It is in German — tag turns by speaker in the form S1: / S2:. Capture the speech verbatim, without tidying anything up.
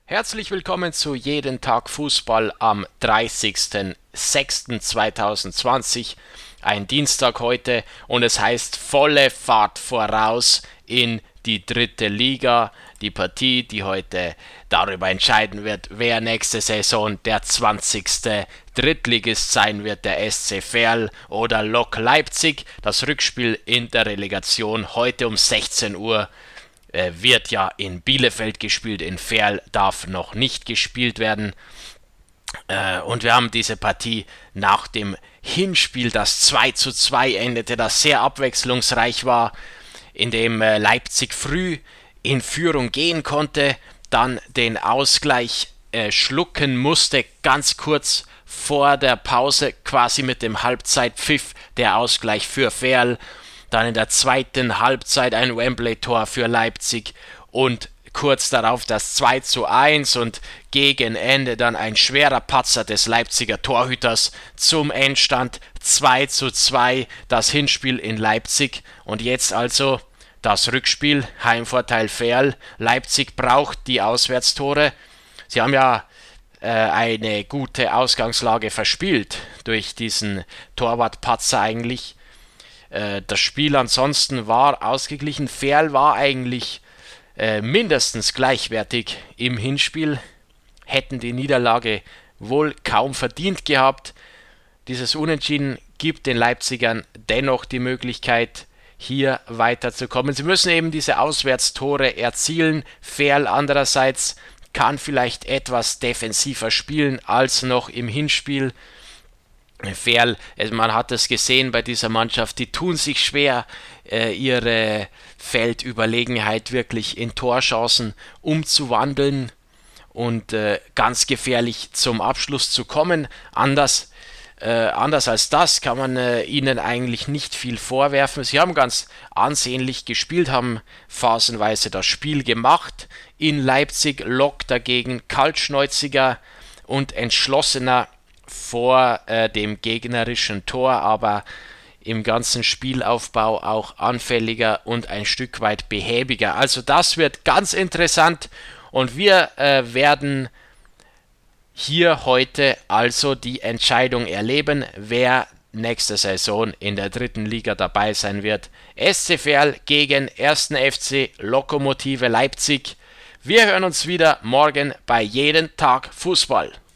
S1: Herzlich willkommen zu Jeden Tag Fußball am dreißigsten sechsten zweitausendzwanzig, ein Dienstag heute, und es heißt volle Fahrt voraus in die dritte Liga. Die Partie, die heute darüber entscheiden wird, wer nächste Saison der zwanzigste Drittligist sein wird, der S C Verl oder Lok Leipzig. Das Rückspiel in der Relegation heute um sechzehn Uhr äh, wird ja in Bielefeld gespielt, in Verl darf noch nicht gespielt werden. Äh, und wir haben diese Partie nach dem Hinspiel, das zwei zu zwei endete, das sehr abwechslungsreich war, in dem äh, Leipzig früh in Führung gehen konnte, dann den Ausgleich äh, schlucken musste, ganz kurz vor der Pause, quasi mit dem Halbzeitpfiff, der Ausgleich für Verl, dann in der zweiten Halbzeit ein Wembley-Tor für Leipzig und kurz darauf das zwei zu eins und gegen Ende dann ein schwerer Patzer des Leipziger Torhüters zum Endstand zwei zu zwei, das Hinspiel in Leipzig. Und jetzt also das Rückspiel, Heimvorteil Verl. Leipzig braucht die Auswärtstore. Sie haben ja äh, eine gute Ausgangslage verspielt durch diesen Torwartpatzer eigentlich. Äh, das Spiel ansonsten war ausgeglichen. Verl war eigentlich äh, mindestens gleichwertig im Hinspiel, hätten die Niederlage wohl kaum verdient gehabt. Dieses Unentschieden gibt den Leipzigern dennoch die Möglichkeit, hier weiterzukommen. Sie müssen eben diese Auswärtstore erzielen. Verl andererseits kann vielleicht etwas defensiver spielen als noch im Hinspiel. Verl, man hat es gesehen bei dieser Mannschaft, die tun sich schwer, äh, ihre Feldüberlegenheit wirklich in Torchancen umzuwandeln und äh, ganz gefährlich zum Abschluss zu kommen. Anders Äh, anders als das kann man äh, ihnen eigentlich nicht viel vorwerfen. Sie haben ganz ansehnlich gespielt, haben phasenweise das Spiel gemacht. In Leipzig Lok dagegen kaltschnäuziger und entschlossener vor äh, dem gegnerischen Tor, aber im ganzen Spielaufbau auch anfälliger und ein Stück weit behäbiger. Also das wird ganz interessant und wir äh, werden hier heute also die Entscheidung erleben, wer nächste Saison in der dritten Liga dabei sein wird. S C Verl gegen ersten F C Lokomotive Leipzig. Wir hören uns wieder morgen bei Jeden Tag Fußball.